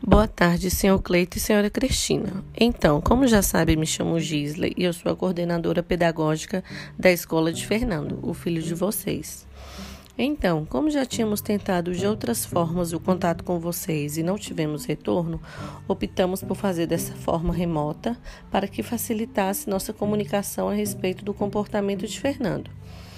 Boa tarde, senhor Cleito e senhora Cristina. Então, como já sabe, me chamo Gisley e eu sou a coordenadora pedagógica da Escola de Fernando, o filho de vocês. Então, como já tínhamos tentado de outras formas o contato com vocês e não tivemos retorno, optamos por fazer dessa forma remota para que facilitasse nossa comunicação a respeito do comportamento de Fernando.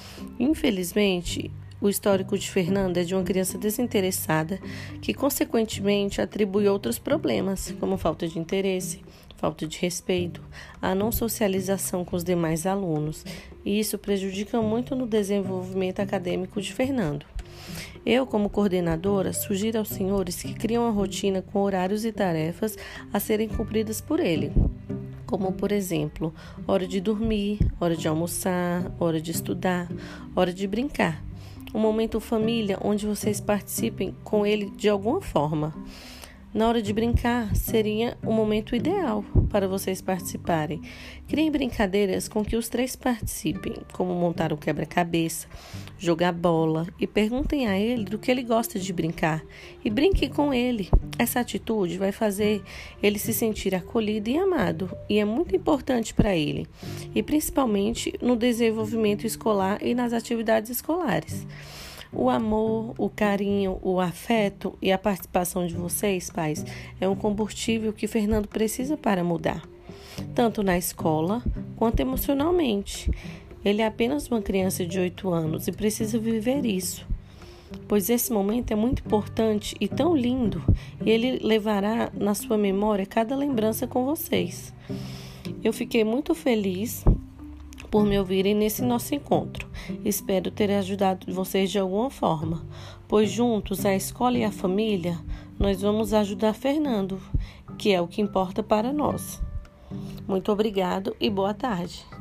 Infelizmente, o histórico de Fernando é de uma criança desinteressada que, consequentemente, atribui outros problemas, como falta de interesse, falta de respeito, a não socialização com os demais alunos, e isso prejudica muito no desenvolvimento acadêmico de Fernando. Eu, como coordenadora, sugiro aos senhores que criem uma rotina com horários e tarefas a serem cumpridas por ele, como, por exemplo, hora de dormir, hora de almoçar, hora de estudar, hora de brincar. Um momento família onde vocês participem com ele de alguma forma. Na hora de brincar, seria o momento ideal para vocês participarem. Criem brincadeiras com que os três participem, como montar o quebra-cabeça, jogar bola e perguntem a ele do que ele gosta de brincar e brinque com ele. Essa atitude vai fazer ele se sentir acolhido e amado e é muito importante para ele, e principalmente no desenvolvimento escolar e nas atividades escolares. O amor, o carinho, o afeto e a participação de vocês, pais, é um combustível que Fernando precisa para mudar, tanto na escola quanto emocionalmente. Ele é apenas uma criança de 8 anos e precisa viver isso, pois esse momento é muito importante e tão lindo, e ele levará na sua memória cada lembrança com vocês. Eu fiquei muito feliz por me ouvirem nesse nosso encontro. Espero ter ajudado vocês de alguma forma, pois juntos, a escola e a família, nós vamos ajudar Fernando, que é o que importa para nós. Muito obrigado e boa tarde.